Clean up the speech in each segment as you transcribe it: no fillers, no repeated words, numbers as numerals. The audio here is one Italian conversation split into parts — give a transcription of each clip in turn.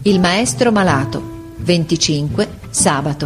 Il maestro malato, 25, sabato.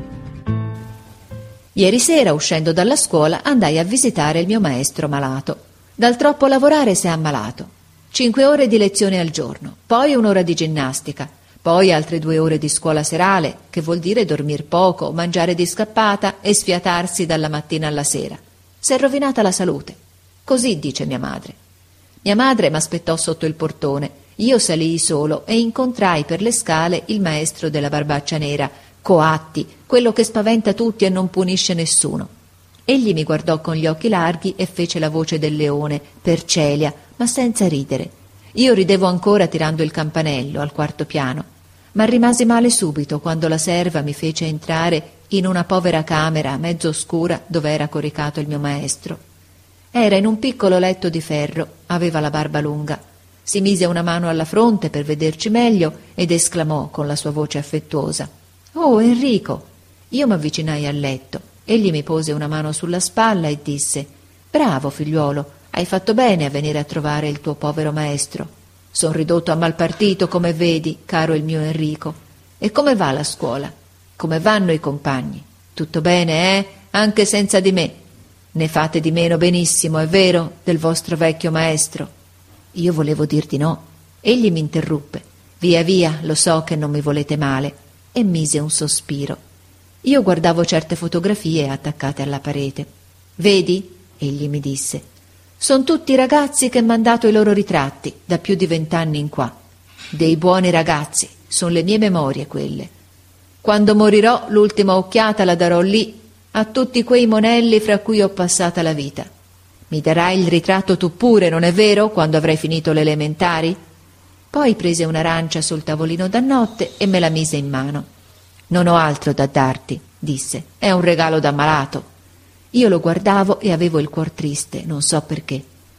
Ieri sera, uscendo dalla scuola, andai a visitare il mio maestro malato. Dal troppo lavorare si è ammalato. 5 ore di lezione al giorno, poi 1 ora di ginnastica, poi altre 2 ore di scuola serale, che vuol dire dormir poco, mangiare di scappata e sfiatarsi dalla mattina alla sera. Si è rovinata la salute. Così dice mia madre. Mia madre m'aspettò sotto il portone. Io salii solo e incontrai per le scale il maestro della barbaccia nera, Coatti, quello che spaventa tutti e non punisce nessuno. Egli mi guardò con gli occhi larghi e fece la voce del leone, per Celia, ma senza ridere. Io ridevo ancora tirando il campanello al 4° piano, ma rimasi male subito quando la serva mi fece entrare in una povera camera mezzo oscura dove era coricato il mio maestro. Era in un piccolo letto di ferro, aveva la barba lunga. Si mise una mano alla fronte per vederci meglio ed esclamò con la sua voce affettuosa: «Oh, Enrico!» Io m'avvicinai al letto. Egli mi pose una mano sulla spalla e disse: «Bravo, figliuolo, hai fatto bene a venire a trovare il tuo povero maestro. Son ridotto a mal partito, come vedi, caro il mio Enrico. E come va la scuola? Come vanno i compagni? Tutto bene, eh? Anche senza di me. Ne fate di meno benissimo, è vero, del vostro vecchio maestro?» Io volevo dir di no. Egli mi interruppe: «Via, via, lo so che non mi volete male», e mise un sospiro. Io guardavo certe fotografie attaccate alla parete. «Vedi?» egli mi disse. «Son tutti ragazzi che m'han dato i loro ritratti, da più di 20 anni in qua. Dei buoni ragazzi, son le mie memorie quelle. Quando morirò, l'ultima occhiata la darò lì, a tutti quei monelli fra cui ho passata la vita. Mi darai il ritratto tu pure, non è vero, quando avrai finito le elementari?» Poi prese un'arancia sul tavolino da notte e me la mise in mano. «Non ho altro da darti», disse, «è un regalo da malato». Io lo guardavo e avevo il cuor triste, non so perché.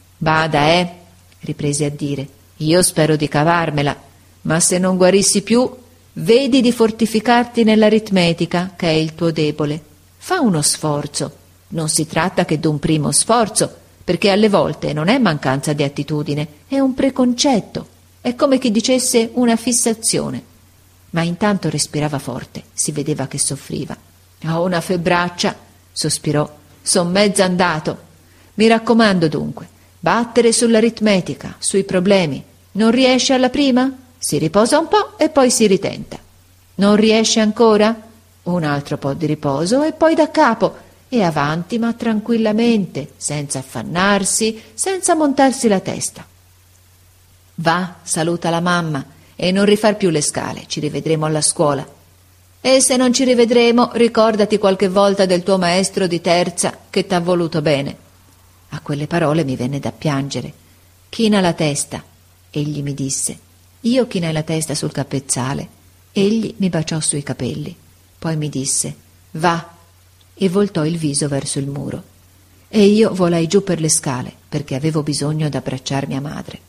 «Bada, riprese a dire, «io spero di cavarmela, ma se non guarissi più, vedi di fortificarti nell'aritmetica, che è il tuo debole. Fa uno sforzo. Non si tratta che d'un primo sforzo, perché alle volte non è mancanza di attitudine, è un preconcetto, è come chi dicesse una fissazione». Ma intanto respirava forte, si vedeva che soffriva. «Ho una febbraccia», sospirò, «son mezzo andato. Mi raccomando dunque, battere sull'aritmetica, sui problemi. Non riesce alla prima? Si riposa un po' e poi si ritenta. Non riesce ancora? Un altro po' di riposo e poi da capo, e avanti ma tranquillamente, senza affannarsi, senza montarsi la testa. Va, saluta la mamma e non rifar più le scale, ci rivedremo alla scuola. E se non ci rivedremo, ricordati qualche volta del tuo maestro di terza che t'ha voluto bene». A quelle parole mi venne da piangere. «China la testa», egli mi disse. Io chinai la testa sul capezzale. Egli mi baciò sui capelli. Poi mi disse: «Va», e voltò il viso verso il muro. E io volai giù per le scale, perché avevo bisogno d'abbracciar mia madre.